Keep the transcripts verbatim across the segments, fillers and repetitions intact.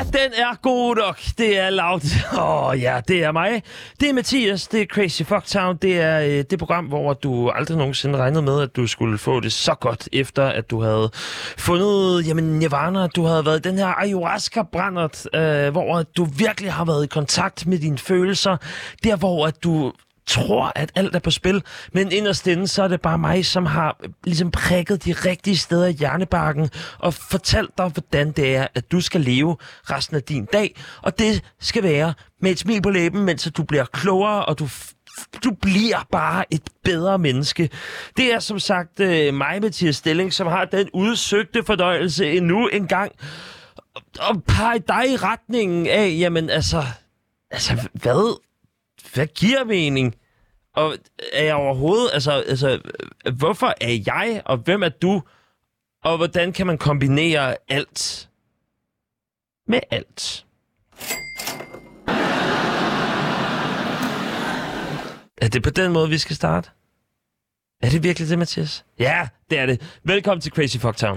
Den er god nok. Det er Loud. Åh oh, ja, det er mig. Det er Mathias. Det er Crazy Fucktown. Det er øh, det program, hvor du aldrig nogensinde regnede med, at du skulle få det så godt, efter at du havde fundet jamen, nirvana. Du havde været den her ayahuasca-brændert, øh, hvor du virkelig har været i kontakt med dine følelser. Der, hvor at du tror, at alt er på spil, men inderst inde, så er det bare mig, som har ligesom prikket de rigtige steder i hjernebarken og fortalt dig, hvordan det er, at du skal leve resten af din dag, og det skal være med et smil på læben, mens du bliver klogere, og du du bliver bare et bedre menneske. Det er som sagt øh, mig, Mathias Stilling, som har den udsøgte fordøjelse endnu en gang og pege dig i retningen af, jamen altså, altså hvad Hvad giver mening? Og er jeg overhovedet... Altså, altså, hvorfor er jeg, og hvem er du? Og hvordan kan man kombinere alt med alt? Er det på den måde, vi skal starte? Er det virkelig det, Mathias? Ja, det er det. Velkommen til Crazy Fucktown.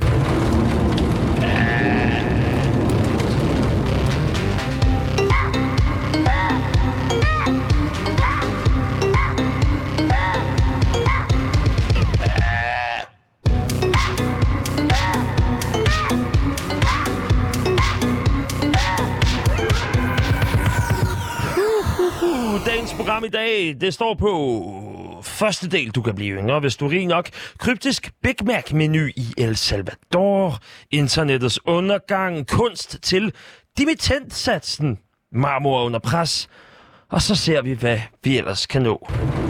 Dagens program i dag, det står på første del, du kan blive yngre, hvis du er rig nok. Kryptisk Big Mac-menu i El Salvador. Internettets undergang. Kunst til dimittentsatsen. Marmor under pres. Og så ser vi, hvad vi ellers kan nå.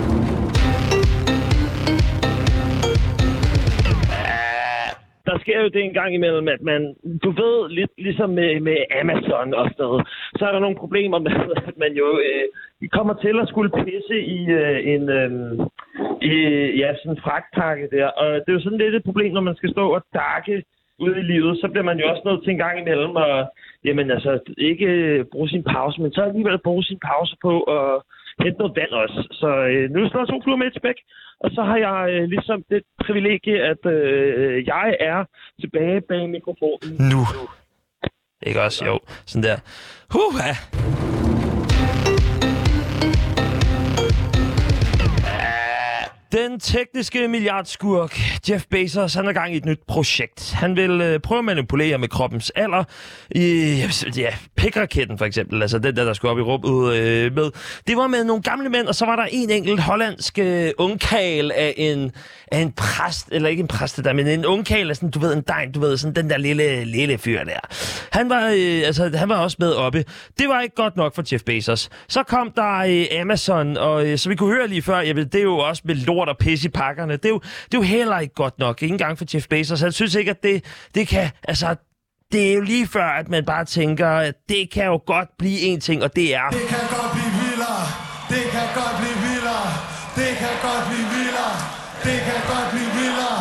Der sker jo det en gang imellem, at man, du ved, lidt ligesom med, med Amazon og sådan noget, så er der nogle problemer med, at man jo øh, kommer til at skulle pisse i øh, en øh, i, ja, sådan en fragtpakke der. Og det er jo sådan lidt et problem, når man skal stå og dakke ude i livet, så bliver man jo også nødt til en gang imellem at, jamen altså, ikke bruge sin pause, men så alligevel bruge sin pause på at hente noget vand også. Så øh, nu slår to fluer med et spæk. Og så har jeg øh, ligesom det privilegie, at øh, jeg er tilbage bag mikrofonen. Nu. Ikke også? Jo. Sådan der. Huha! Den tekniske milliardskurk Jeff Bezos, han er gang i et nyt projekt. Han vil øh, prøve at manipulere med kroppens alder i ja, pikraketten for eksempel, altså den der, der skulle op i rummet øh, med. Det var med nogle gamle mænd, og så var der en enkelt hollandsk øh, ungkarl af en, af en præst, eller ikke en præst der, men en ungkarl af sådan, du ved, en degn, du ved, sådan den der lille, lille fyr der. Han var, øh, altså, han var også med oppe. Det var ikke godt nok for Jeff Bezos. Så kom der øh, Amazon, og øh, så vi kunne høre lige før, jeg ved, det er jo også med lort og pisse i pakkerne. Det er, jo, det er jo heller ikke godt nok. Ikke engang for Jeff Bezos. Han synes ikke, at det, det kan... Altså, det er jo lige før, at man bare tænker, at det kan jo godt blive en ting, og det er... Det kan godt blive vildere. Det kan godt blive vildere. Det kan godt blive vildere. Det kan godt blive vildere.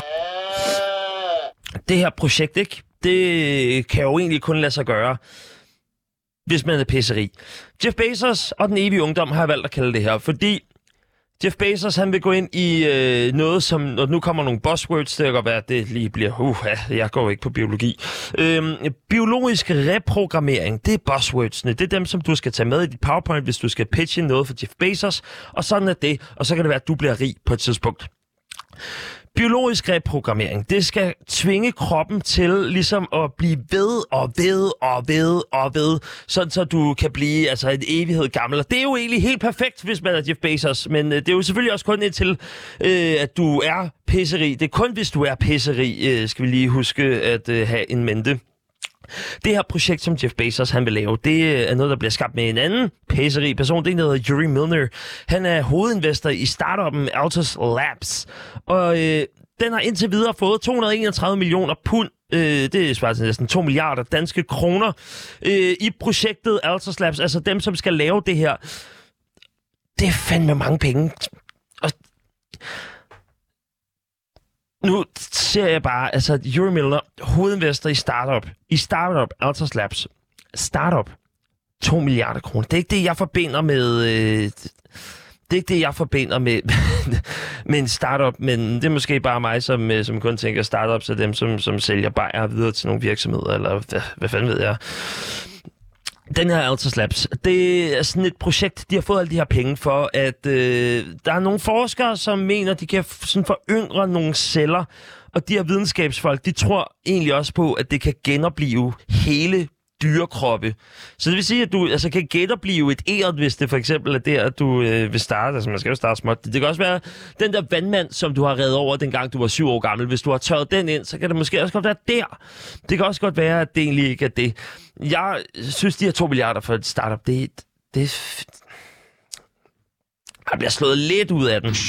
Det her projekt, ikke? Det kan jo egentlig kun lade sig gøre, hvis man er pisseri. Jeff Bezos og den evige ungdom har valgt at kalde det her, fordi Jeff Bezos, han vil gå ind i øh, noget, som, når nu kommer nogle buzzwords, det kan godt være, at det lige bliver, uh, jeg går ikke på biologi. Øhm, biologisk reprogrammering, det er buzzwordsene. Det er dem, som du skal tage med i dit PowerPoint, hvis du skal pitche noget for Jeff Bezos. Og sådan er det, og så kan det være, at du bliver rig på et tidspunkt. Biologisk reprogrammering, det skal tvinge kroppen til ligesom at blive ved og ved og ved og ved, sådan så du kan blive altså en evighed gammel. Og det er jo egentlig helt perfekt, hvis man er Jeff Bezos, men øh, det er jo selvfølgelig også kun indtil, øh, at du er pisseri. Det er kun, hvis du er pisseri, øh, skal vi lige huske at øh, have en mente. Det her projekt, som Jeff Bezos han vil lave, det er noget, der bliver skabt med en anden pæseri person. Det er noget Yuri Milner. Han er hovedinvestor i startuppen Altos Labs. Og øh, den har indtil videre fået to hundrede og enogtredive millioner pund. Øh, det svarer til næsten to milliarder danske kroner øh, i projektet Altos Labs. Altså dem, som skal lave det her. Det er fandme mange penge. Og nu ser jeg bare, altså Yuri Milner, hovedinvestor i startup, i startup Altos Labs. Startup, to milliarder kroner. Det er ikke det, jeg forbinder med... Øh, det er ikke det, jeg forbinder med, med en startup, men det er måske bare mig, som, som kun tænker startups af dem, som, som sælger bajer videre til nogle virksomheder, eller hvad, hvad fanden ved jeg. Den her Altos Labs, det er sådan et projekt, de har fået alle de her penge for, at øh, der er nogle forskere, som mener, de kan sådan foryngre nogle celler, og de her videnskabsfolk, de tror egentlig også på, at det kan genopleve hele dyrekroppe. Så det vil sige, at du altså, kan genopleve et æret, hvis det for eksempel er der, at du øh, vil starte. Altså, man skal jo starte småt. Det kan også være den der vandmand, som du har reddet over, dengang du var syv år gammel. Hvis du har tørret den ind, så kan det måske også godt være der. Det kan også godt være, at det egentlig ikke er det. Jeg synes, de her to milliarder for et startup, det, det er... Jeg bliver slået lidt ud af den.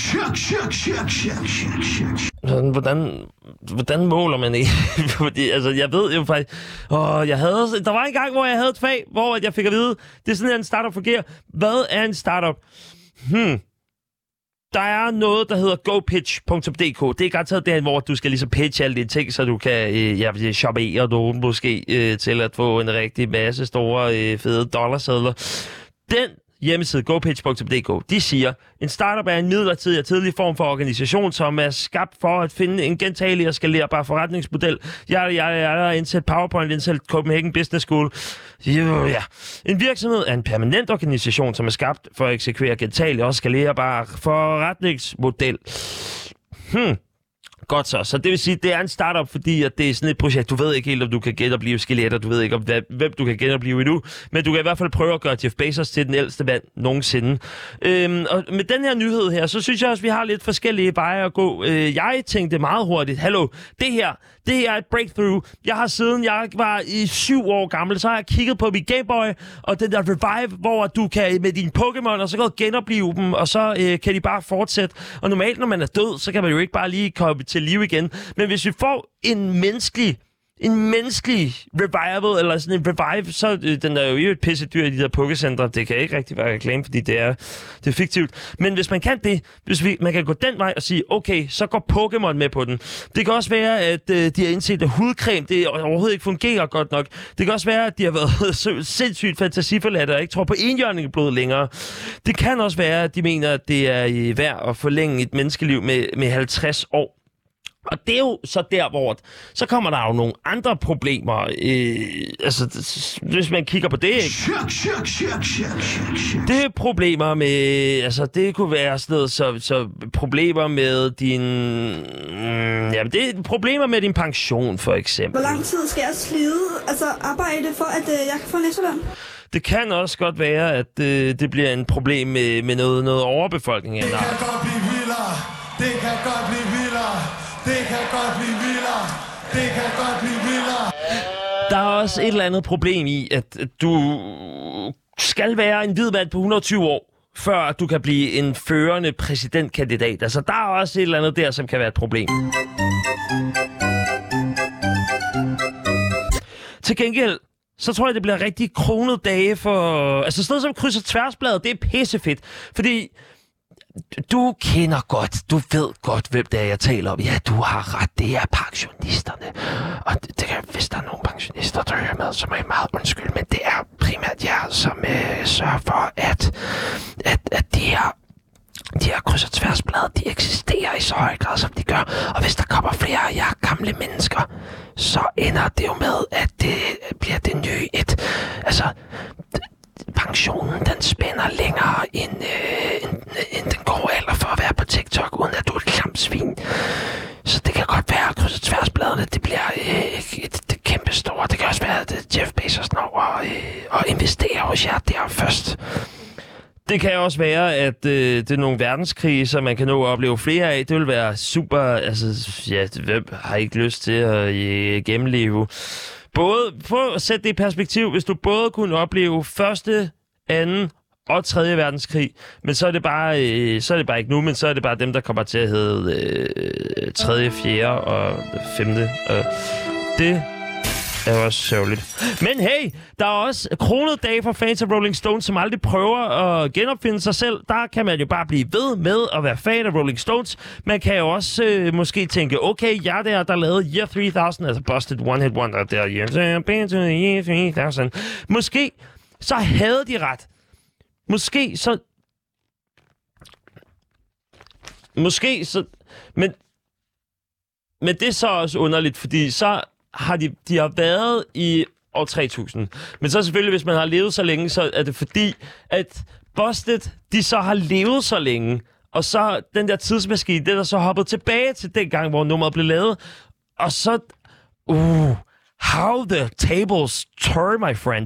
Sådan, hvordan, hvordan måler man det? Fordi, altså, jeg ved jo faktisk... Åh, jeg havde, der var en gang, hvor jeg havde et fag, hvor jeg fik at vide, det er sådan, at en startup fungerer. Hvad er en startup? Hmm. Der er noget, der hedder go pitch punktum d k. Det er garanteret der, hvor du skal ligesom pitche alle dine ting, så du kan øh, ja, shoppere nogen måske øh, til at få en rigtig masse store, øh, fede dollarsedler. Den hjemmeside go pitch punktum d k, de siger, en startup er en midlertidig og tidlig form for organisation, som er skabt for at finde en gentagelig og skalerbar forretningsmodel. Jeg har indsat PowerPoint, indsat Copenhagen Business School. Jo, ja. En virksomhed er en permanent organisation, som er skabt for at eksekvere gentagelig og skalerbar forretningsmodel. Hmm. Godt så. Så det vil sige, at det er en startup, fordi at det er sådan et projekt. Du ved ikke helt, om du kan genopleve skeletter. Du ved ikke, om hvad, hvem du kan genopleve endnu. Men du kan i hvert fald prøve at gøre Jeff Bezos til den ældste mand nogensinde. Øhm, og med den her nyhed her, så synes jeg også, at vi har lidt forskellige veje at gå. Øh, jeg tænkte meget hurtigt, hallo, det her, det her er et breakthrough. Jeg har siden jeg var i syv år gammel, så har jeg kigget på min Game Boy, og den der Revive, hvor du kan med dine Pokémon, og så kan du genopleve dem, og så øh, kan de bare fortsætte. Og normalt, når man er død, så kan man jo ikke bare lige komme til liv igen. Men hvis vi får en menneskelig en menneskelig revival, eller sådan en revive, så øh, den er jo et pissedyr i de der Pokécentre. Det kan ikke rigtig være reklame, fordi det er, det er fiktivt. Men hvis man kan det, hvis vi, man kan gå den vej og sige, okay, så går Pokémon med på den. Det kan også være, at øh, de har indset, at hudcreme, det overhovedet ikke fungerer godt nok. Det kan også være, at de har været sindssygt fantasiforladte og ikke tror på enhjørningeblod længere. Det kan også være, at de mener, at det er værd at forlænge et menneskeliv med, med halvtreds år. Og det er jo så der, hvor så kommer der jo nogle andre problemer. Øh, altså, hvis man kigger på det, ikke? Det er problemer med, altså det kunne være sådan noget, så, så problemer med din, mm, jamen det er problemer med din pension, for eksempel. Hvor lang tid skal jeg slide, altså arbejde for, at øh, jeg kan få en efterløn? Det kan også godt være, at øh, det bliver en problem med, med noget, noget overbefolkning. Det kan godt blive vildere. Det kan godt blive vildere. Det kan godt blive vildere. Det kan godt blive vildere. Der er også et eller andet problem i, at du skal være en hvid mand på et hundrede og tyve år, før du kan blive en førende præsidentkandidat. Altså, der er også et eller andet der, som kan være et problem. Til gengæld, så tror jeg, det bliver rigtig kronede dage for... Altså, sådan noget som kryds og tværsbladet, det er pissefedt. Fordi du kender godt, du ved godt, hvem det er, jeg taler om. Ja, du har ret, det er pensionisterne. Og det, det kan, hvis der er nogle pensionister, der hører med, så må jeg meget undskylde, men det er primært jer, som øh, sørger for, at, at, at de her, de her kryds- og tværsblade, de eksisterer i så høj grad, som de gør. Og hvis der kommer flere af jer gamle mennesker, så ender det jo med, at det bliver det nye et. Altså... pensionen, den spænder længere end, øh, end, end den gode alder for at være på TikTok, uden at du er et klamt svin. Så det kan godt være, at kryds- og tværsbladene, det bliver øh, et, et kæmpe store. Det kan også være, at Jeff Bezos når at, øh, at investere hos jer der først. Det kan også være, at øh, det er nogle verdenskriser, man kan nå at opleve flere af. Det vil være super, altså, ja, hvem har ikke lyst til at øh, gennemleve? Både, prøv at sætte det i perspektiv, hvis du både kunne opleve første, anden og tredje verdenskrig, men så er det bare, øh, så er det bare ikke nu, men så er det bare dem, der kommer til at hedde øh, tredje, fjerde og femte. Og det er også sørgeligt. Men hey, der er også kronede dage for fans af Rolling Stones, som aldrig prøver at genopfinde sig selv. Der kan man jo bare blive ved med at være fan af Rolling Stones. Man kan jo også øh, måske tænke, okay, jeg der, der lavede Year tre tusind, altså Busted One Hit Wonder der, Year tre tusind. Måske så havde de ret. Måske så... Måske så... Men, men det er så også underligt, fordi så har de, de har været i år tre tusind. Men så selvfølgelig, hvis man har levet så længe, så er det fordi, at Busted, de så har levet så længe, og så den der tidsmaskine, det der så hoppet tilbage til den gang, hvor nummeret blev lavet, og så... Uh, how the tables turn, my friend.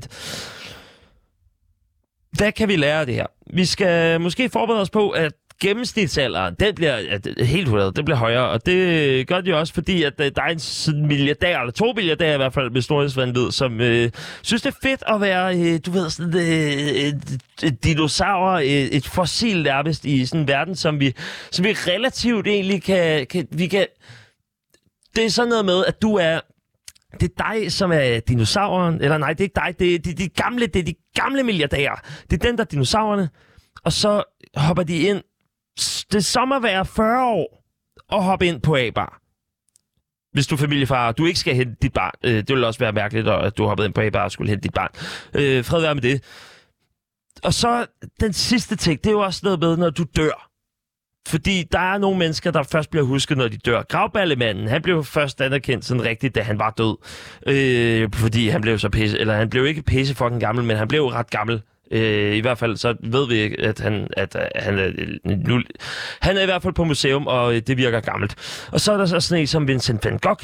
Hvad kan vi lære af det her? Vi skal måske forberede os på, at gennemsnitsalderen, den bliver ja, helt hundrede, den bliver højere, og det gør det jo også, fordi at der er en milliardær, eller to milliardærer i hvert fald, med storhedsvanvid, som øh, synes, det er fedt at være, øh, du ved, sådan øh, et, et dinosaur, et, et fossil nærmest i sådan en verden, som vi, som vi relativt egentlig kan, kan, vi kan... Det er sådan noget med, at du er... Det er dig, som er dinosauren, eller nej, det er ikke dig, det er de, de gamle, det er de gamle milliardærer. Det er den, der er dinosaurerne, og så hopper de ind. Det er som at være fyrre år og hoppe ind på A-bar. Hvis du er familiefar, du ikke skal hente dit barn. Det vil også være mærkeligt, at du har hoppet ind på A-bar og skulle hente dit barn. Fred være med det. Og så den sidste ting, det er jo også noget med, når du dør. Fordi der er nogle mennesker, der først bliver husket, når de dør. Gravballemanden, han blev først anerkendt sådan rigtigt, da han var død. Øh, fordi han blev så pisse, eller han blev ikke pisse fucking gammel, men han blev ret gammel. Øh, I hvert fald så ved vi, at han, at, at han, er, nu, han er i hvert fald på museum, og det virker gammelt. Og så er der så sådan en som Vincent van Gogh.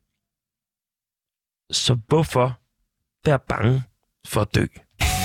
Så hvorfor være bange for at dø?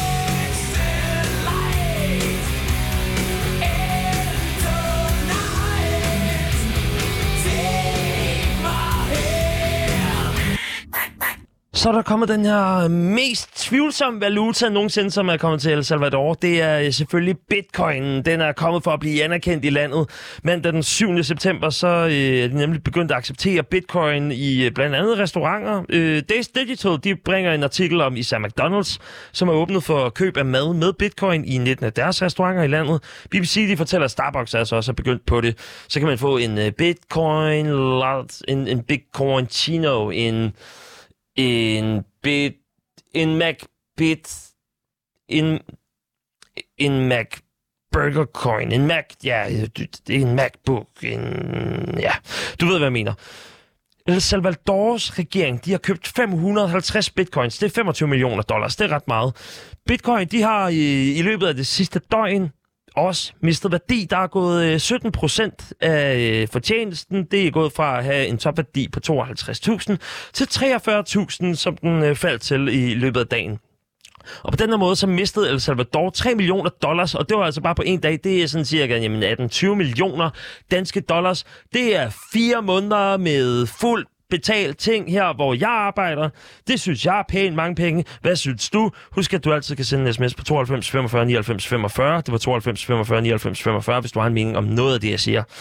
Så er der kommet den her mest tvivlsomme valuta nogensinde, som er kommet til El Salvador. Det er selvfølgelig bitcoinen. Den er kommet for at blive anerkendt i landet. Mandag den syvende september, så øh, er de nemlig begyndt at acceptere bitcoin i øh, blandt andet restauranter. Øh, Days Digital, de bringer en artikel om især McDonald's, som er åbnet for køb af mad med bitcoin i nitten af deres restauranter i landet. B B C, de fortæller, at Starbucks altså også er begyndt på det. Så kan man få en øh, bitcoin, en, en bitcoin chino, en... En bit, en MacBit, en, en Mac Burger Coin, en Mac, ja, en MacBook, en, ja, du ved, hvad jeg mener. El Salvadors regering, de har købt fem hundrede og halvtreds bitcoins, det er femogtyve millioner dollars, det er ret meget. Bitcoin, de har i, i løbet af det sidste døgn også mistet værdi. Der er gået sytten procent af fortjenesten. Det er gået fra at have en topværdi på tooghalvtreds tusind til treogfyrre tusind, som den faldt til i løbet af dagen. Og på den her måde, så mistede El Salvador tre millioner dollars, og det var altså bare på en dag. Det er sådan cirka jamen, atten til tyve millioner danske dollars. Det er fire måneder med fuld betalt ting her, hvor jeg arbejder. Det synes jeg er pænt mange penge. Hvad synes du? Husk, at du altid kan sende en sms på tooghalvfems femogfyrre nioghalvfems femogfyrre. Det var tooghalvfems femogfyrre nioghalvfems femogfyrre, hvis du har en mening om noget af det, jeg siger.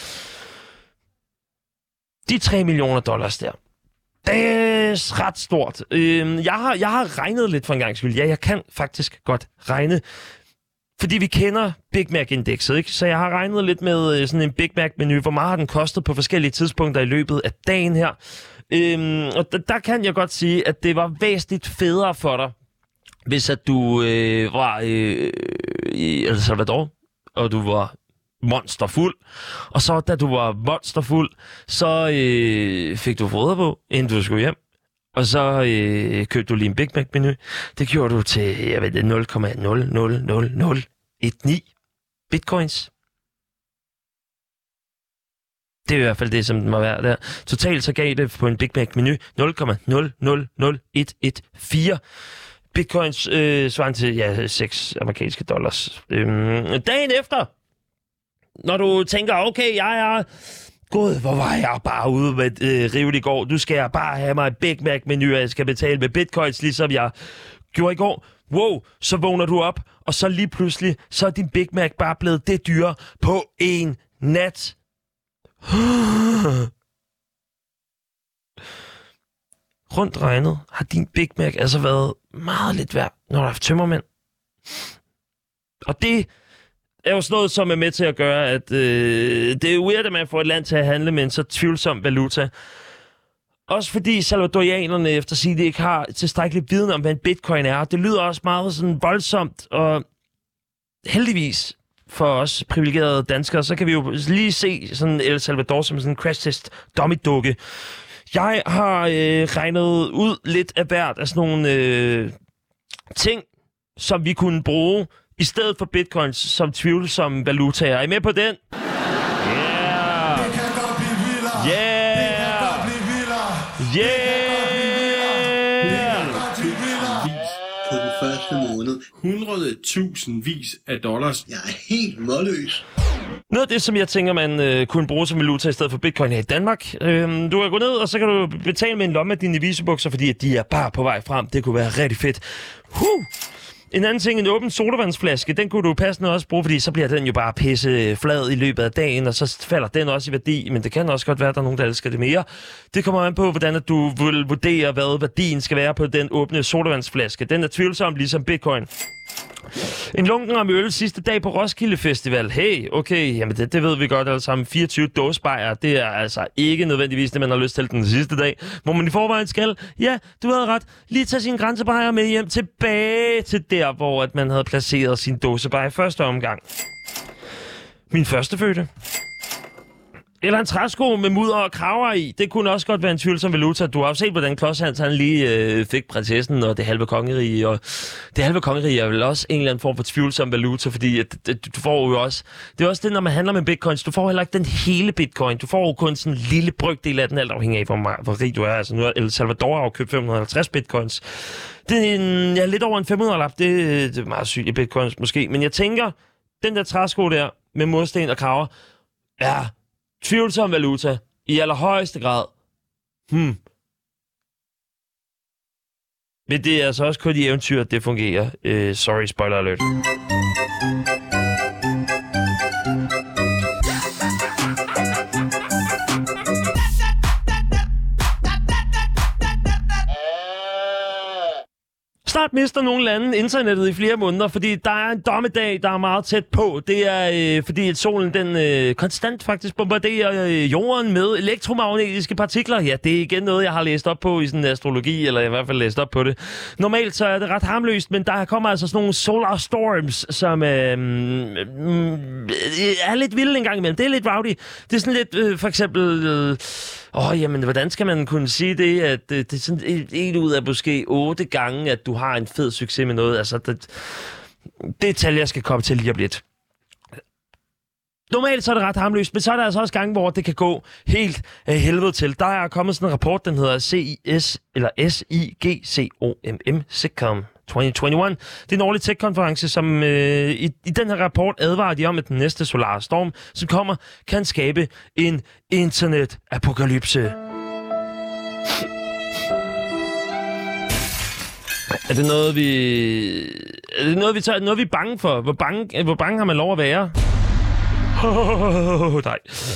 De tre millioner dollars der. Det er ret stort. Jeg har, jeg har regnet lidt for en gang skyld. Ja, jeg kan faktisk godt regne. Fordi vi kender Big Mac-indekset, ikke? Så jeg har regnet lidt med sådan en Big Mac-menu. Hvor meget har den kostet på forskellige tidspunkter i løbet af dagen her? Øhm, og der, der kan jeg godt sige, at det var væsentligt federe for dig, hvis at du øh, var øh, i El Salvador, og du var monsterfuld. Og så da du var monsterfuld, så øh, fik du foder på, inden du skulle hjem. Og så øh, købte du lige en Big Mac-menu. Det gjorde du til, jeg ved det, nul komma nul nul nul nul et ni bitcoins. Det er i hvert fald det, som den må være der. Totalt så gav det på en Big Mac-menu nul komma nul nul nul et et fire bitcoins, øh, svarende til ja, seks amerikanske dollars. Øhm, dagen efter, når du tænker, okay, jeg er... Gud, hvor var jeg bare ude med øh, rivet i går. Du skal bare have mig en Big Mac-menu, og jeg skal betale med bitcoins, ligesom jeg gjorde i går. Wow, så vågner du op, og så lige pludselig, så er din Big Mac bare blevet det dyre på en nat. Rundt regnet har din Big Mac altså været meget lidt værd, når der er tømmermænd. Og det er jo sådan noget, som er med til at gøre, at øh, det er weird, at man får et land til at handle med en så tvivlsom valuta. Også fordi salvadorianerne efter sig, de ikke har tilstrækkelig viden om, hvad en bitcoin er. Det lyder også meget sådan voldsomt, og heldigvis for os privilegerede danskere, så kan vi jo lige se sådan El Salvador som sådan en crash test dummy-dukke. Jeg har øh, regnet ud lidt af hvert af sådan nogle øh, ting, som vi kunne bruge i stedet for bitcoins som tvivlsomme valutaer. Er I med på den? Yeah! Det kan godt blive vildere. Yeah! Det kan godt blive vildere. Yeah! Det kan godt blive vildere. På den første måned. hundrede tusind vis af dollars. Jeg er helt målløs. Noget af det, som jeg tænker, man øh, kunne bruge som valuta i stedet for bitcoin her i Danmark. Øh, du kan gå ned, og så kan du betale med en lomme af dine visebukser, fordi at de er bare på vej frem. Det kunne være rigtig fedt. Huh! En anden ting, en åben sodavandsflaske, den kunne du passende også bruge, fordi så bliver den jo bare pisse flad i løbet af dagen, og så falder den også i værdi, men det kan også godt være, at der er nogen, der elsker det mere. Det kommer an på, hvordan du vil vurdere, hvad værdien skal være på den åbne sodavandsflaske. Den er tvivlsom, ligesom bitcoin. En lunken om øl sidste dag på Roskilde Festival. Hey, okay, jamen det, det ved vi godt alle sammen. fireogtyve dåsebajer, det er altså ikke nødvendigvis det, man har lyst til den sidste dag. Hvor man i forvejen skal, ja, du havde ret, lige tage sine grænsebajer med hjem tilbage til der, hvor at man havde placeret sin dåsebajer i første omgang. Min første fødte. Eller en træsko med mudder og kraver i. Det kunne også godt være en tvivlsom valuta. Du har jo set, hvordan Klods han lige øh, fik prinsessen og det halve kongerige. Og det halve kongerige er vel også en eller anden form for tvivlsom valuta, fordi at, at, du får jo også... Det er også det, når man handler med bitcoins. Du får heller ikke den hele bitcoin. Du får jo kun sådan en lille brøkdel af den, alt afhængig af, hvor, hvor rig du er. Altså nu er El Salvador har jo købt fem hundrede og halvtreds bitcoins. Det er en, ja, lidt over en fem hundrede-lap. Det, det er meget sygt i bitcoins måske. Men jeg tænker, den der træsko der med mursten og kraver, er... tvivlsom valuta i allerhøjeste grad. Hmm. Men det er altså også kun i eventyr, at det fungerer. Uh, sorry, spoiler alert. Snart mister nogle lande internettet i flere måneder, fordi der er en dommedag, der er meget tæt på. Det er øh, fordi, at solen den øh, konstant faktisk bombarderer øh, jorden med elektromagnetiske partikler. Ja, det er igen noget, jeg har læst op på i sådan astrologi, eller i hvert fald læst op på det. Normalt så er det ret harmløst, men der kommer altså sådan nogle solar storms, som øh, øh, er lidt vilde en gang imellem. Det er lidt rowdy. Det er sådan lidt, øh, for eksempel... Øh, Åh, oh, jamen, hvordan skal man kunne sige det, at øh, det er sådan en, en ud af måske otte gange, at du har en fed succes med noget. Altså, det, det er tal, jeg skal komme til lige om lidt. Normalt så er det ret harmløst, men så er der altså også gange, hvor det kan gå helt af helvede til. Der er kommet sådan en rapport, den hedder C I S, eller S I G C O M M, SIGCOMM tyve enogtyve. Det er en årlig tech-konference, som øh, i, i den her rapport advarer de om, at den næste solare storm, som kommer, kan skabe en internet-apokalypse. Er det noget, vi... Er det noget, vi tager, noget, vi er bange for? Hvor bange, hvor bange har man lov at være? Oh, nej.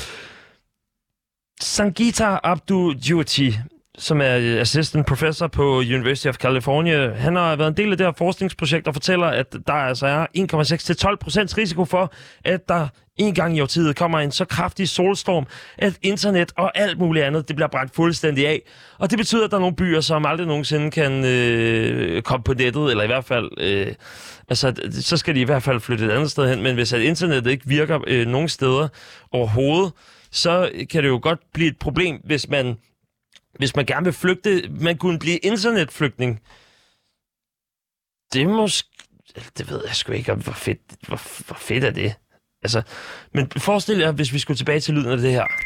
Sangeeta Abdou-Djouati, som er assistant professor på University of California, han har været en del af det her forskningsprojekt og fortæller, at der altså er en komma seks til tolv procent risiko for, at der en gang i årtiet kommer en så kraftig solstorm, at internet og alt muligt andet, det bliver brændt fuldstændig af. Og det betyder, at der er nogle byer, som aldrig nogensinde kan øh, komme på nettet, eller i hvert fald, øh, altså, så skal de i hvert fald flytte et andet sted hen. Men hvis at internet ikke virker øh, nogen steder overhovedet, så kan det jo godt blive et problem, hvis man Hvis man gerne vil flygte, man kunne blive internetflygtning. Det er måske... Det ved jeg sgu ikke, hvor fedt, hvor, hvor fedt er det. Altså, men forestil jer, hvis vi skulle tilbage til lyden af det her.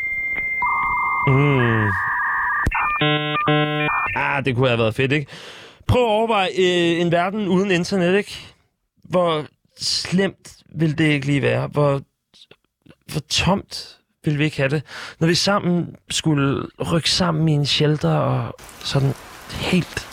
Mm. Ah, det kunne have været fedt, ikke? Prøv at overveje øh, en verden uden internet, ikke? Hvor slemt vil det ikke lige være? Hvor, hvor tomt vil vi ikke have det? Når vi sammen skulle rykke sammen i en shelter og sådan helt...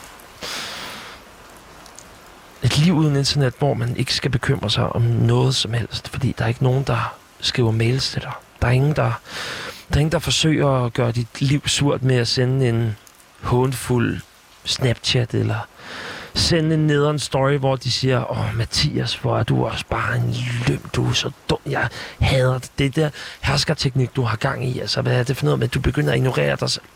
Et liv uden internet, hvor man ikke skal bekymre sig om noget som helst, fordi der er ikke nogen, der skriver mails til dig. Der er ingen, der, der, er ingen, der forsøger at gøre dit liv surt med at sende en hånfuld Snapchat, eller sende en nederen story, hvor de siger, åh, Mathias, hvor er du også bare en løm, du er så dum, jeg hader det. Det der herskerteknik, du har gang i, altså, hvad er det for noget med, at du begynder at ignorere dig selv?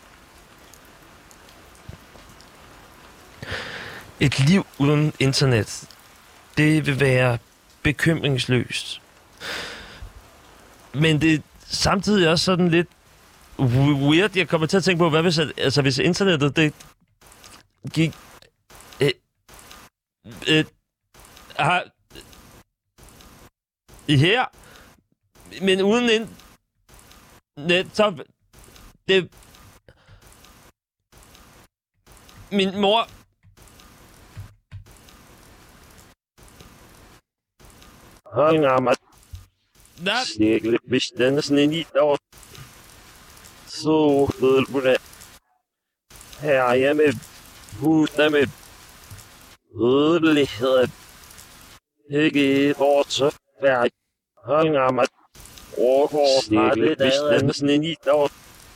Et liv uden internet, det vil være bekymringsløst. Men det er samtidig også sådan lidt weird. Jeg kommer til at tænke på, hvad hvis, altså, hvis internettet, det gik... Øh, øh, har, her, men uden internet, så... Det... Min mor... Hang on, my Nej. sniggle, hvis den er sådan en i dag. Så ved du det. Her er jeg med huden med ødelighed. Ikke bort så færdig. Hang on, my sniggle, hvis den er sådan en i dag.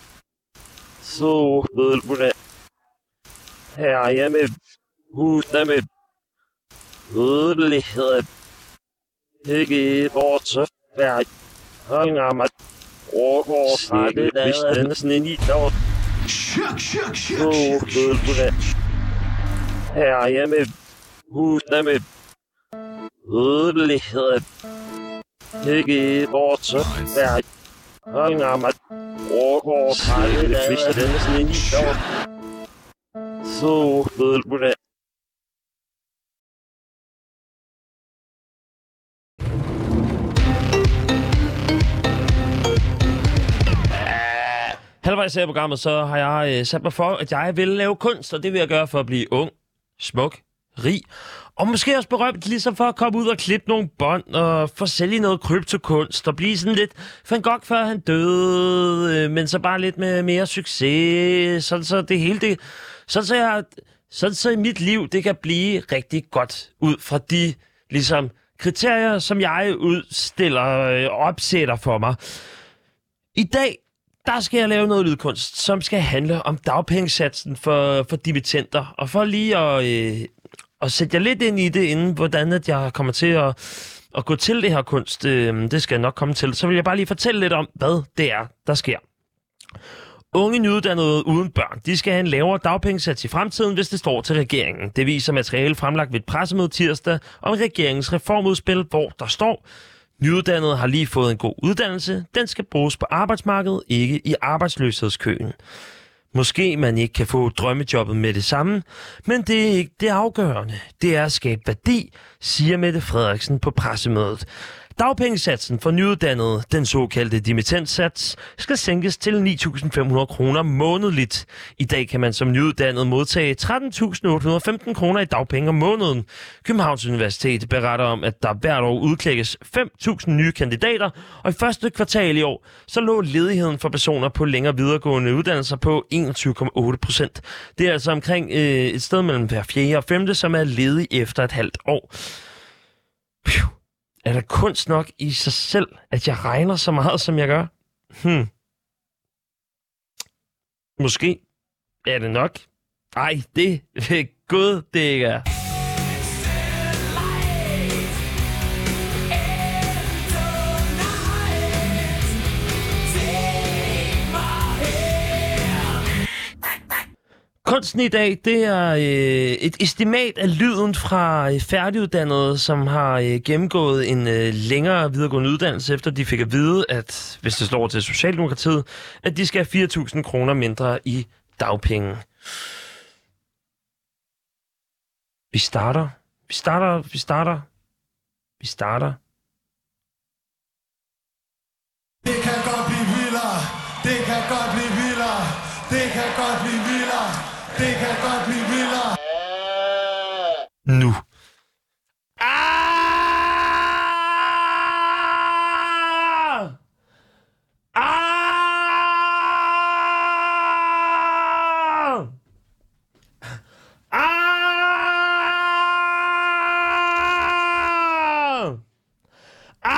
Så ved du det. Her er jeg med huden med ødelighed. Ikke bort så færdig. Hang on, my sniggle, hvis den er sådan en i dag. Så ved du det. Her er jeg med huden med ødelighed. Ikke bort så færdig. Hang on, my sniggle, hvis den er sådan en i dag. Så ved du det. Halvvejs her i programmet, så har jeg øh, sat mig for, at jeg vil lave kunst, og det vil jeg gøre for at blive ung, smuk, rig, og måske også berømt, ligesom for at komme ud og klippe nogle bånd, og få sælge noget kryptokunst, og blive sådan lidt Van Gogh, før han døde, øh, men så bare lidt med mere succes, sådan så det hele, det, sådan så, jeg, sådan så i mit liv, det kan blive rigtig godt ud fra de, ligesom, kriterier, som jeg udstiller og øh, opsætter for mig. I dag, der skal jeg lave noget lydkunst, som skal handle om dagpengesatsen for, for dimittenter. Og for lige at, øh, at sætte jer lidt ind i det, inden hvordan at jeg kommer til at, at gå til det her kunst, øh, det skal jeg nok komme til, så vil jeg bare lige fortælle lidt om, hvad det er, der sker. Unge nyuddannede uden børn, de skal have en lavere dagpengesats i fremtiden, hvis det står til regeringen. Det viser materiale fremlagt ved et pressemøde tirsdag om regeringens reformudspil, hvor der står: nyuddannede har lige fået en god uddannelse. Den skal bruges på arbejdsmarkedet, ikke i arbejdsløshedskøen. Måske man ikke kan få drømmejobbet med det samme, men det er ikke det afgørende. Det er at skabe værdi, siger Mette Frederiksen på pressemødet. Dagpengesatsen for nyuddannede, den såkaldte dimittentsats, skal sænkes til ni tusind fem hundrede kroner månedligt. I dag kan man som nyuddannet modtage tretten tusind otte hundrede og femten kroner i dagpenge om måneden. Københavns Universitet beretter om, at der hvert år udklækkes fem tusind nye kandidater, og i første kvartal i år, så lå ledigheden for personer på længere videregående uddannelser på enogtyve komma otte procent. Det er altså omkring øh, et sted mellem hver fjerde og femte, som er ledig efter et halvt år. Phew. Er der kunst nok i sig selv, at jeg regner så meget, som jeg gør? Hmm. Måske er det nok. Ej, det er gud, det ikke er. Kunsten i dag, det er øh, et estimat af lyden fra øh, færdiguddannede, som har øh, gennemgået en øh, længere videregående uddannelse, efter de fik at vide, at hvis det slår til Socialdemokratiet, at de skal have fire tusind kroner mindre i dagpenge. Vi starter, vi starter, vi starter, vi starter. Det kan godt blive vildere, det kan godt blive vildere, det kan godt blive vildere. Det kan godt blive vildere. Nu. Ah! Ah! Ah!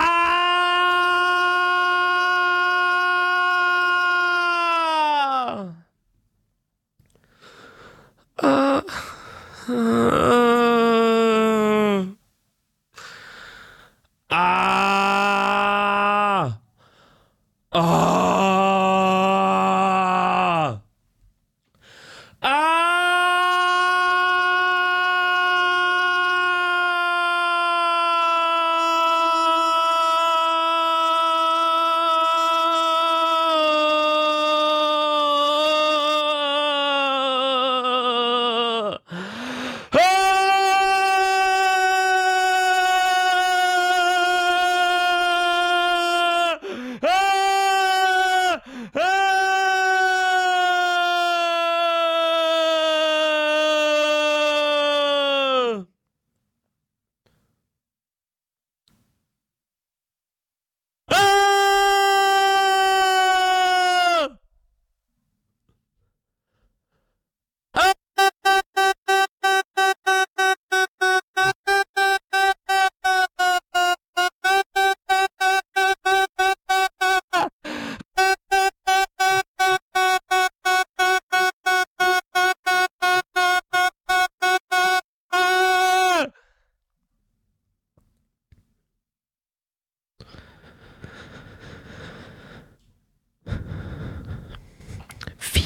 Ah! Uh, ah! Ah! Ah!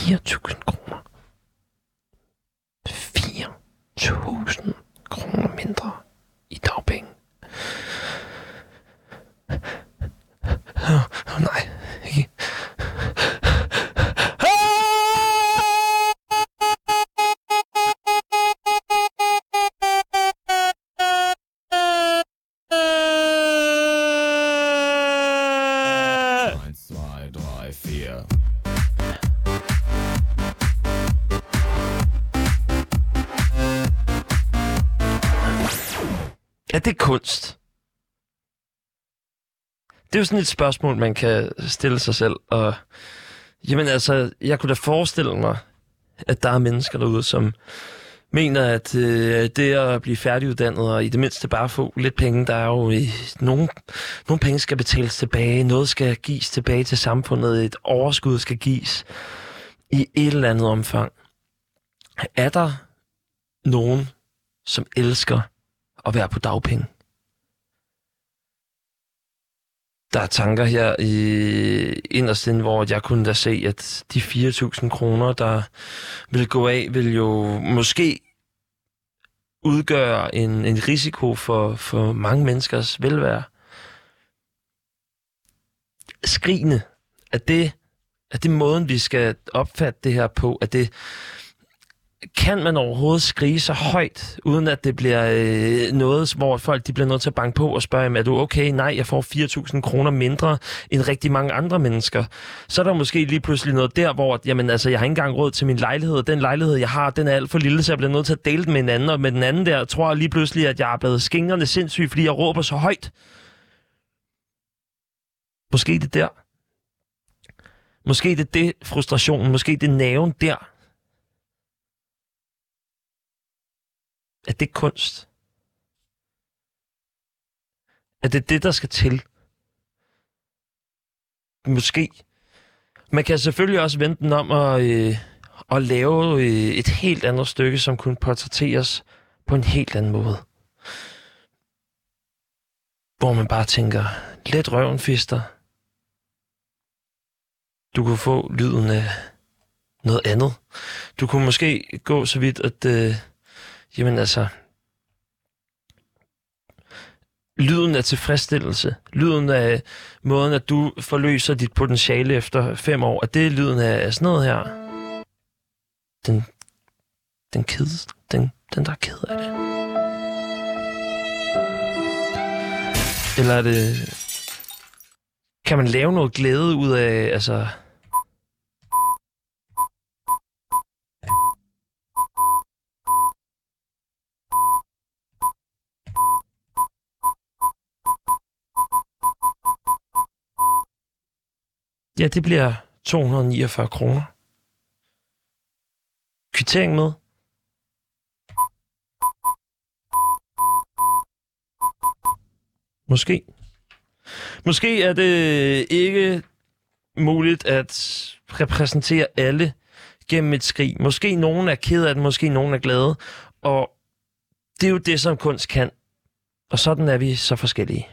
fire tusind kroner. fire tusind kroner mindre i dagpenge. Åh, oh, nej. Ikke. Er det kunst? Det er jo sådan et spørgsmål, man kan stille sig selv. Og jamen altså, jeg kunne da forestille mig, at der er mennesker derude, som mener, at øh, det at blive færdiguddannet og i det mindste bare få lidt penge, der er jo i nogle, nogle penge skal betales tilbage, noget skal gives tilbage til samfundet, et overskud skal gives i et eller andet omfang. Er der nogen, som elsker at være på dagpenge? Der er tanker her i inderst inde, hvor jeg kunne da se, at de fire tusind kroner, der vil gå af, vil jo måske udgøre en, en risiko for, for mange menneskers velvære. Skrigende. Er det, er det måden, vi skal opfatte det her på? Er det, kan man overhovedet skrige så højt, uden at det bliver øh, noget, hvor folk de bliver nødt til at banke på og spørge, er du okay? Nej, jeg får fire tusind kroner mindre end rigtig mange andre mennesker. Så er der måske lige pludselig noget der, hvor jamen, altså, jeg har ikke engang råd til min lejlighed. Den lejlighed, jeg har, den er alt for lille, så jeg bliver nødt til at dele den med en anden. Og med den anden der, tror jeg lige pludselig, at jeg er blevet skingrende sindssyg, fordi jeg råber så højt. Måske det der. Måske det det frustrationen. Måske det nerven der. Er det kunst? Er det det, der skal til? Måske. Man kan selvfølgelig også vente den om at, øh, at lave øh, et helt andet stykke, som kunne portrætteres på en helt anden måde. Hvor man bare tænker, let røvenfister. Du kunne få lyden af noget andet. Du kunne måske gå så vidt, at øh, jamen altså, lyden af tilfredsstillelse, lyden af måden, at du forløser dit potentiale efter fem år, at det er lyden af sådan noget her. Den, den ked, den, den der er ked af det. Eller er det, kan man lave noget glæde ud af, altså... Ja, det bliver to hundrede og niogfyrre kroner. Kvittering med. Måske. Måske er det ikke muligt at repræsentere alle gennem et skrig. Måske nogen er ked af det, måske nogen er glade. Og det er jo det, som kunst kan. Og sådan er vi så forskellige.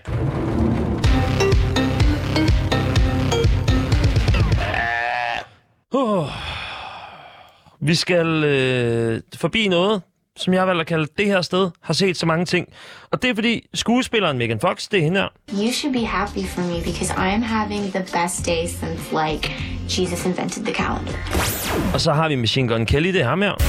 Uh, vi skal øh, forbi noget, som jeg valgte at kalde det her sted, har set så mange ting. Og det er fordi skuespilleren Megan Fox, det er hende her. You should be happy for me because I am having the best day since like Jesus invented the calendar. Og så har vi Machine Gun Kelly, det er ham her.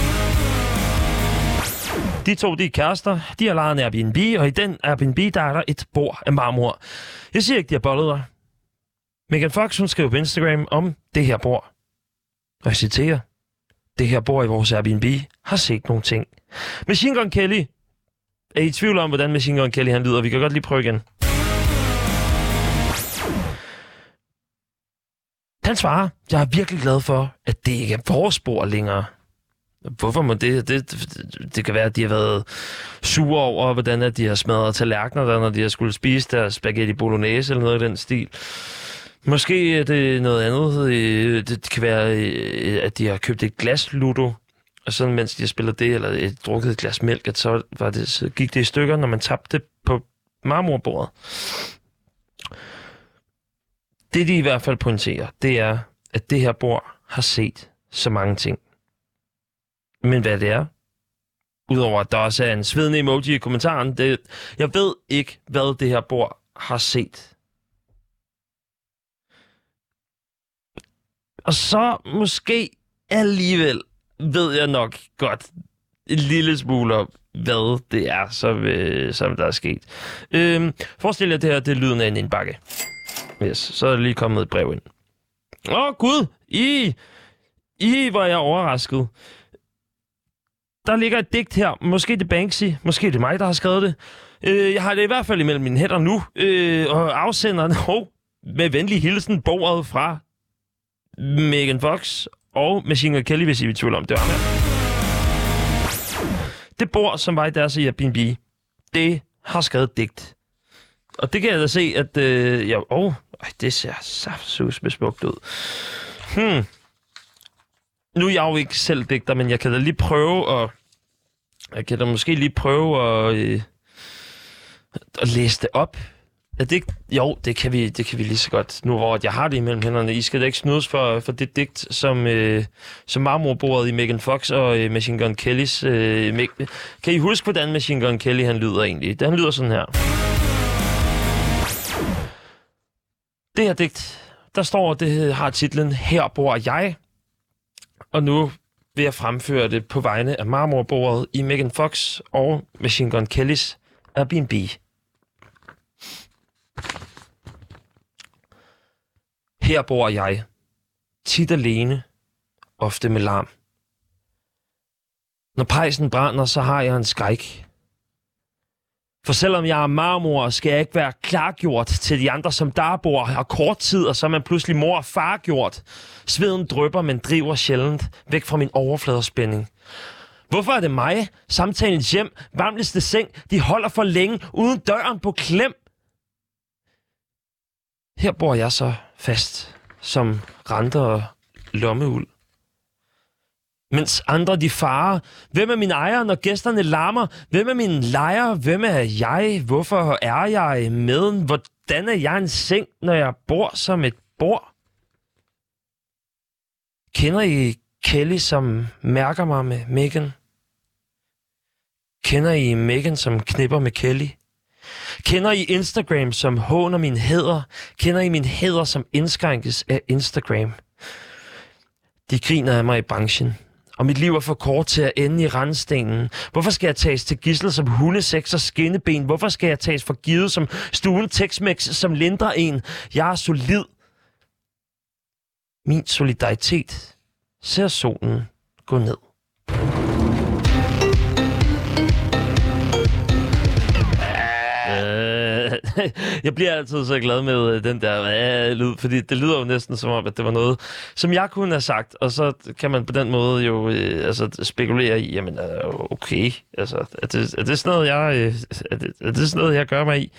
De to, de er kærester, de har lejet en Airbnb, og i den Airbnb, der er der et bord af marmor. Jeg siger ikke, de har bollet dig. Megan Fox, hun skriver på Instagram om det her bord. Og jeg citerer, det her bord i vores Airbnb har set nogle ting. Machine Gun Kelly. Er I i tvivl om, hvordan Machine Gun Kelly han lyder? Vi kan godt lige prøve igen. Han svarer, jeg er virkelig glad for, at det ikke er vores bord længere. Hvorfor må det? Det, det, det kan være, at de har været sure over, hvordan at de har smadret tallerkener, der, når de har skulle spise deres spaghetti bolognese eller noget i den stil. Måske er det noget andet. Det kan være, at de har købt et glas Ludo, og så mens de har spillet det, eller et, drukket et glas mælk, at så, var det, så gik det i stykker, når man tabte det på marmorbordet. Det, de i hvert fald pointerer, det er, at det her bord har set så mange ting. Men hvad det er, udover at der også er en svedende emoji i kommentaren, det, jeg ved ikke, hvad det her bord har set. Og så måske alligevel ved jeg nok godt en lille smule om, hvad det er, som, øh, som der er sket. Øhm, forestil jer, det her det er lyden af en indbakke. Yes, så er der lige kommet et brev ind. Åh, oh, Gud! I, I var jeg overrasket. Der ligger et digt her. Måske det Banksy, måske det mig, der har skrevet det. Øh, jeg har det i hvert fald imellem mine hænder nu. Øh, og afsenderen, oh, med venlig hilsen, bordet fra Megan Fox og Machine Gun Kelly, hvis I vil tvivle om det var med. Det bord, som var i deres Airbnb, det har skrevet digt. Og det kan jeg da se, at... Øh, ja, åh, det ser saftsus med smukt ud. Hmm. Nu er jeg jo ikke selv digter, men jeg kan da lige prøve at... Jeg kan da måske lige prøve at, øh, at læse det op. Er det ikke? Jo, det kan, vi, det kan vi lige så godt. Nu hvor jeg har det imellem hænderne. I skal da ikke snydes for, for det digt, som, øh, som marmorbordet i Megan Fox og øh, Machine Gun Kellys... Øh, me- kan I huske, hvordan Machine Gun Kelly han lyder egentlig? Han lyder sådan her. Det her digt, der står, det har titlen Her bor jeg. Og nu vil jeg fremføre det på vegne af marmorbordet i Megan Fox og Machine Gun Kellys Airbnb. Her bor jeg, tit alene, ofte med larm. Når pejsen brænder, så har jeg en skræk. For selvom jeg er marmor, skal jeg ikke være klargjort til de andre, som der bor, har kort tid, og så er man pludselig mor og far gjort. Sveden drypper, men driver sjældent væk fra min overfladespænding. Hvorfor er det mig, samtalens hjem, varmligste seng, de holder for længe, uden døren på klem? Her bor jeg så fast, som renter og lommeuld. Mens andre de farer. Hvem er min ejer, når gæsterne larmer? Hvem er min lejer? Hvem er jeg? Hvorfor er jeg med? Hvordan er jeg en seng, når jeg bor som et bord? Kender I Kelly, som mærker mig med Megan? Kender I Megan, som knipper med Kelly? Kender I Instagram, som håner min hæder? Kender I min hæder, som indskrænkes af Instagram? De griner af mig i branchen. Og mit liv er for kort til at ende i randstenen. Hvorfor skal jeg tages til gidsel som hundesex og skinneben? Hvorfor skal jeg tages for givet som stuen Tex-Mex, som lindrer en? Jeg er solid. Min solidaritet ser solen gå ned. Jeg bliver altid så glad med den der øh, lyd, fordi det lyder jo næsten som om, at det var noget, som jeg kunne have sagt, og så kan man på den måde jo øh, altså, spekulere i, jamen øh, okay, altså, er det, er det sådan noget, jeg, øh, er det, er det sådan noget, jeg gør mig i?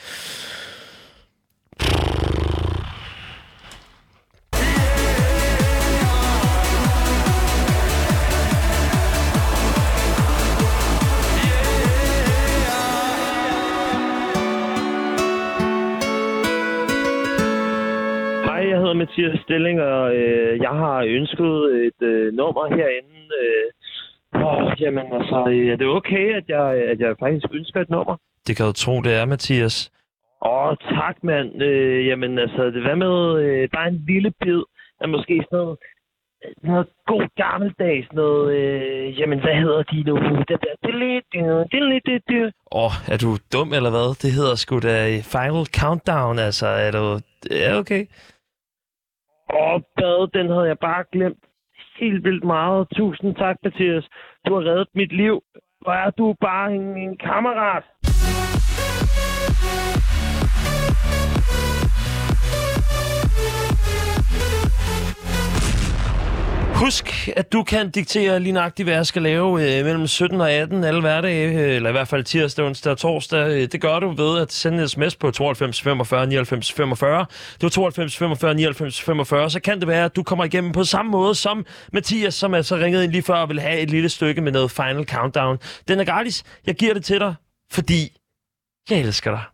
Mathias Stilling, og øh, jeg har ønsket et øh, nummer herinde. Øh, åh, jamen altså, er det okay, at jeg, at jeg faktisk ønsker et nummer? Det kan du tro, det er, Mathias. Åh, tak, mand. Øh, jamen altså, det, hvad med øh, bare en lille bid af måske sådan noget, noget god gammeldags, noget, øh, jamen hvad hedder de nu? Det der, det lidt, det lidt, det det. Åh, er du dum eller hvad? Det hedder sgu da Final Countdown, altså, er du, ja, okay. Åh, bad, den havde jeg bare glemt helt vildt meget. Tusind tak, Mathias. Du har reddet mit liv. Hvor er du bare en, en kammerat. Husk, at du kan diktere lige nøjagtigt, hvad jeg skal lave øh, mellem sytten og atten alle hverdage, øh, eller i hvert fald tirsdag, onsdag og torsdag. Det gør du ved at sende en sms på tooghalvfems femogfyrre nioghalvfems femogfyrre. Det var tooghalvfems femogfyrre nioghalvfems femogfyrre. Så kan det være, at du kommer igennem på samme måde som Mathias, som altså ringede ind lige før og vil have et lille stykke med noget Final Countdown. Den er gratis. Jeg giver det til dig, fordi jeg elsker dig.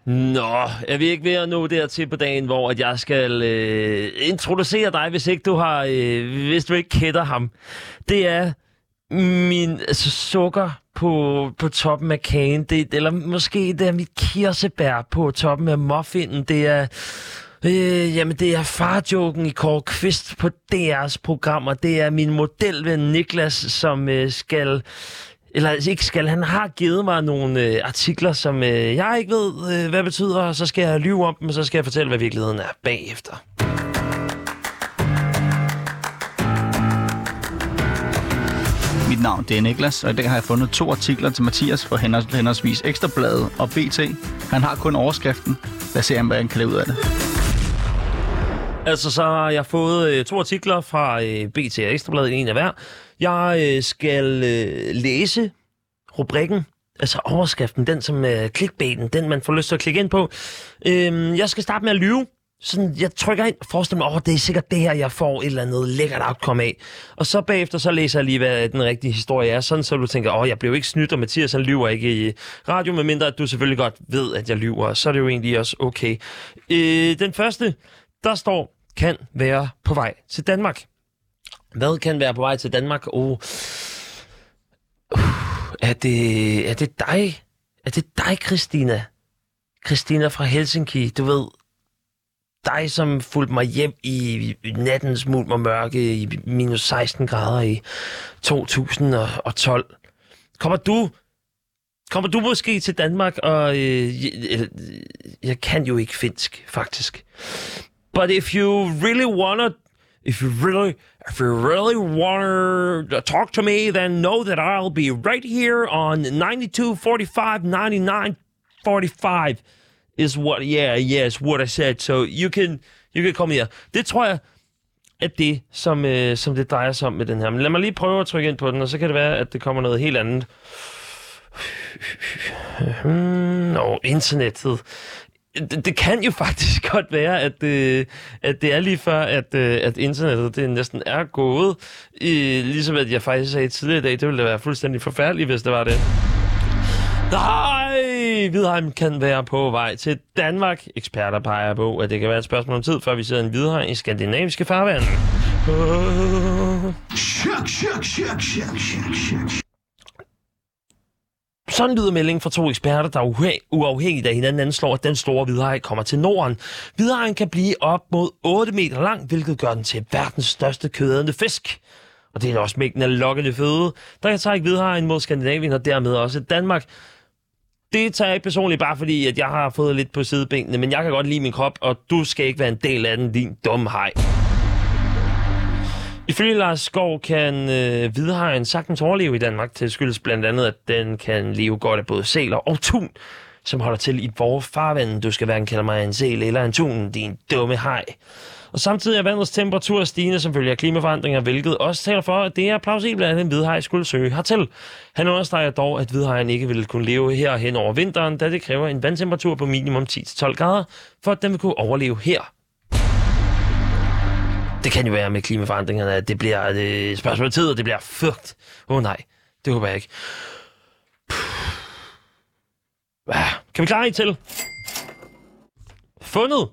Nå, er vi ikke ved at nå dertil på dagen, hvor at jeg skal øh, introducere dig, hvis ikke du har, øh, hvis du ikke kender ham. Det er min altså, sukker på, på toppen af kagen, det, eller måske det er mit kirsebær på toppen af muffinen. Det er, øh, jamen det er farjoken i Kåre Kvist på D R's programmer. Det er min modelven Niklas, som øh, skal... Eller ikke skal, han har givet mig nogle øh, artikler, som øh, jeg ikke ved, øh, hvad betyder, og så skal jeg lyve om dem, og så skal jeg fortælle, hvad virkeligheden er bagefter. Mit navn det er Niklas, og i dag har jeg fundet to artikler til Mathias for henholdsvis Ekstrabladet og B T. Han har kun overskriften. Lad os se, hvad han kan lave ud af det. Altså, så har jeg fået øh, to artikler fra øh, B T og Ekstrabladet, en af hver. Jeg øh, skal øh, læse rubrikken, altså overskriften, den som øh, clickbaiten, den man får lyst til at klikke ind på. Øh, jeg skal starte med at lyve. Sådan, jeg trykker ind og forestiller mig, åh, det er sikkert det her, jeg får et eller andet lækkert outcome af. Og så bagefter, så læser jeg lige, hvad den rigtige historie er. Sådan, så du tænker, åh, jeg blev ikke snydt, og Mathias, han lyver ikke i radio, medmindre at du selvfølgelig godt ved, at jeg lyver. Så er det jo egentlig også okay. Øh, den første, der står, kan være på vej til Danmark. Hvad kan være på vej til Danmark? Oh. Uh, er, det, er det dig? Er det dig, Christina? Christina fra Helsinki, du ved. Dig, som fulgte mig hjem i nattens mulm og mørke i minus seksten grader i to tusind og tolv. Kommer du, kommer du måske til Danmark? Og øh, jeg, jeg kan jo ikke finsk, faktisk. But if you really wanna, if you really, if you really wanna talk to me, then know that I'll be right here on ninety-two forty-five ninety-nine forty-five is what, yeah, yes, what I said. So you can, you can come here. Det tror jeg, at det, som, øh, som det drejer sig om med den her. Men lad mig lige prøve at trykke ind på den, og så kan det være, at det kommer noget helt andet. Nå, internettet. Det, det kan jo faktisk godt være, at, øh, at det er lige før, at, øh, at internettet det næsten er gået. Øh, ligesom at jeg faktisk sagde tidligere i dag, det ville være fuldstændig forfærdeligt, hvis det var det. Nej, Hvidhegn kan være på vej til Danmark. Eksperter peger på, at det kan være et spørgsmål om tid, før vi ser en Hvidhegn i skandinaviske farvand. Uh... Sådan lyder meldingen fra to eksperter, der uafhængigt af hinanden anslår, at den store hvidhaj kommer til Norden. Hvidhajen kan blive op mod otte meter lang, hvilket gør den til verdens største kødædende fisk. Og det er også mængden af lokkende føde, der kan trække hvidhajen mod Skandinavien og dermed også Danmark. Det tager jeg ikke personligt bare fordi, at jeg har fået lidt på sidebenene, men jeg kan godt lide min krop, og du skal ikke være en del af den, din dumme haj. Ifølge Lars Skov kan øh, hvidhajen sagtens overleve i Danmark. Det skyldes blandt andet, at den kan leve godt af både sæler og tun, som holder til i vores farvand. Du skal hverken kalde mig en sæl eller en tun, din dumme haj. Og samtidig er vandets temperatur stigende som følge af klimaforandringer, hvilket også taler for, at det er plausibelt, at en hvidhaj skulle søge hertil. Han understreger dog, at hvidhajen ikke vil kunne leve her hen over vinteren, da det kræver en vandtemperatur på minimum ti til tolv grader, for at den vil kunne overleve her. Det kan jo være med klimaforandringerne, at det bliver et spørgsmål af tid, og det bliver fugt. Åh oh, nej, det håber jeg ikke. Kan vi klare en til? Fundet.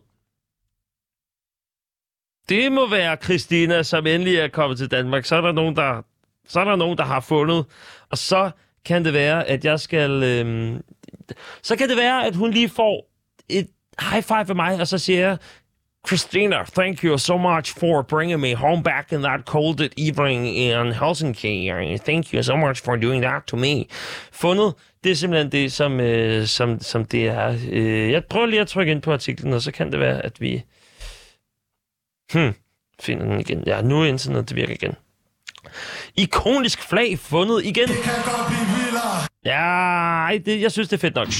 Det må være Christina, som endelig er kommet til Danmark. Så er der nogen, der, så er der nogen, der har fundet. Og så kan det være, at jeg skal... Øhm, så kan det være, at hun lige får et high five af mig, og så siger jeg, Christina, thank you so much for bringing me home back in that cold evening in Helsinki. Thank you so much for doing that to me. Fundet, det er simpelthen det, som, øh, som, som det er. Øh, jeg prøver lige at trykke ind på artiklen, og så kan det være, at vi... Hmm, finder den igen. Ja, nu er internet, det virker igen. Ikonisk flag fundet igen. Det kan godt blive vildere. Ja, ej, det, jeg synes, det er fedt nok.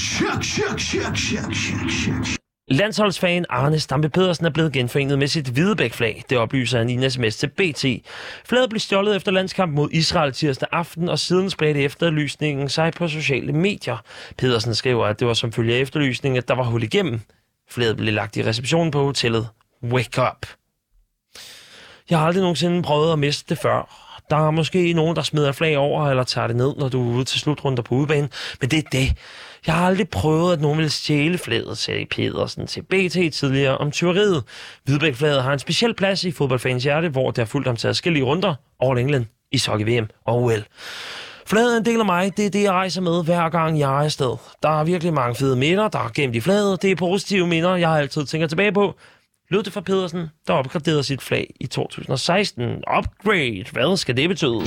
Landsholdsfan Arne Stampe Pedersen er blevet genforenet med sit Hvidebæk-flag. Det oplyser han i en sms til B T. Flaget blev stjålet efter landskamp mod Israel tirsdag aften, og siden spredte efterlysningen sig på sociale medier. Pedersen skriver, at det var som følge af efterlysningen, at der var hul igennem. Flaget blev lagt i receptionen på hotellet Wake Up. Jeg har aldrig nogensinde prøvet at miste det før. Der er måske nogen, der smider flag over eller tager det ned, når du er ude til slutrunder på udebane. Men det er det, Jeg har aldrig prøvet, at nogen ville stjæle flaget, sagde Pedersen til B T tidligere om tyveriet. Hvidebæk-flaget har en speciel plads i fodboldfans hjerte, hvor der er fulgt ham til adskillige runder over England i hockey-V M og O L. Flaget er en del af mig. Det er det, jeg rejser med, hver gang jeg er afsted. Der er virkelig mange fede minder, der er gemt i flaget. Det er positive minder, jeg altid tænker tilbage på. Lød det fra Pedersen, der opgraderede sit flag i to tusind og seksten. Upgrade. Hvad skal det betyde?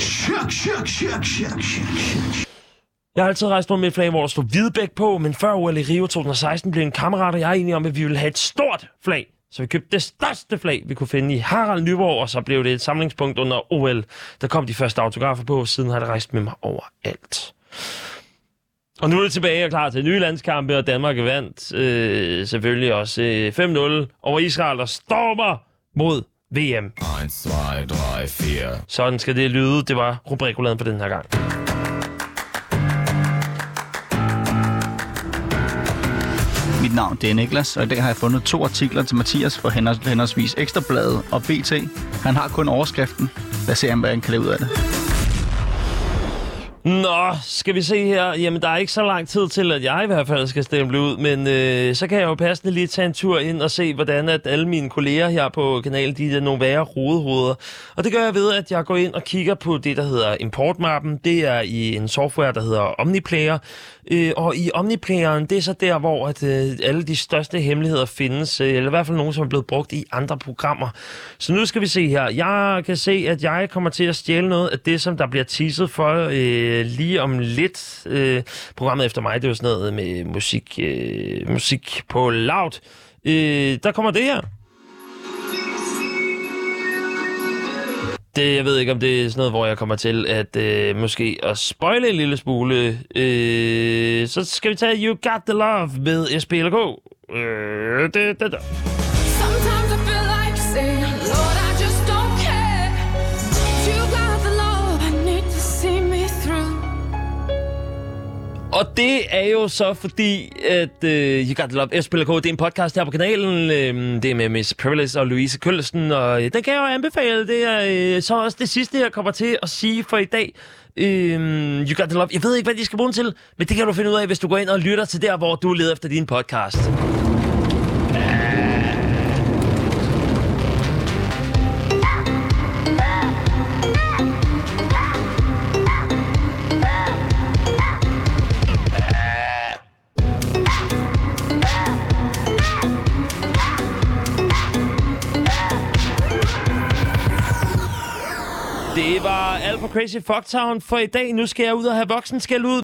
Jeg har altid rejst rundt med et flag, hvor der stod Hvidebæk på, men før O L i Rio to tusind og seksten blev en kammerat og jeg enige om, at vi ville have et stort flag. Så vi købte det største flag, vi kunne finde i Harald Nyborg, og så blev det et samlingspunkt under O L. Der kom de første autografer på, og siden har det rejst med mig overalt. Og nu er det tilbage og klar til nye landskampe, og Danmark er vandt øh, selvfølgelig også øh, fem nul over Israel, der stormer mod V M. et, to, tre, fire. Sådan skal det lyde. Det var rubrikuladen for den her gang. Mit navn det er Niklas, og i dag har jeg fundet to artikler til Mathias for henholdsvis Ekstrabladet og B T. Han har kun overskriften. Lad os se, hvad han kan lave ud af det. Nå, skal vi se her. Jamen, der er ikke så lang tid til, at jeg i hvert fald skal stemme ud, men øh, så kan jeg jo passende lige tage en tur ind og se, hvordan at alle mine kolleger her på kanalen, de er nogle værre rodehoveder. Og det gør jeg ved, at jeg går ind og kigger på det, der hedder importmappen. Det er i en software, der hedder Omniplayer. Øh, og i Omniplayeren, det er så der, hvor at, øh, alle de største hemmeligheder findes, øh, eller i hvert fald nogle, som er blevet brugt i andre programmer. Så nu skal vi se her. Jeg kan se, at jeg kommer til at stjæle noget af det, som der bliver teaset for øh, lige om lidt. Øh, programmet efter mig, det er jo sådan noget med musik, øh, musik på loud. Øh, der kommer det her. Det, jeg ved ikke, om det er sådan noget, hvor jeg kommer til at øh, måske at spoile en lille smule. Øh, så skal vi tage You Got The Love med S P L K. Øh, det, det, det. Sometimes I feel like saying, Lord, I just don't care. You got the love I need to see me through. Og det er jo så fordi, at uh, You Got The Love, S P L K, det er en podcast her på kanalen. Uh, det er med Miss Privilege og Louise Køllesen, og uh, den kan jeg jo anbefale. Det er uh, så også det sidste, jeg kommer til at sige for i dag. Uh, You Got The Love. Jeg ved ikke, hvad de skal bruge den til, men det kan du finde ud af, hvis du går ind og lytter til der, hvor du leder efter din podcast. Det var alt for Crazy Fucktown for i dag. Nu skal jeg ud og have voksenskæld ud.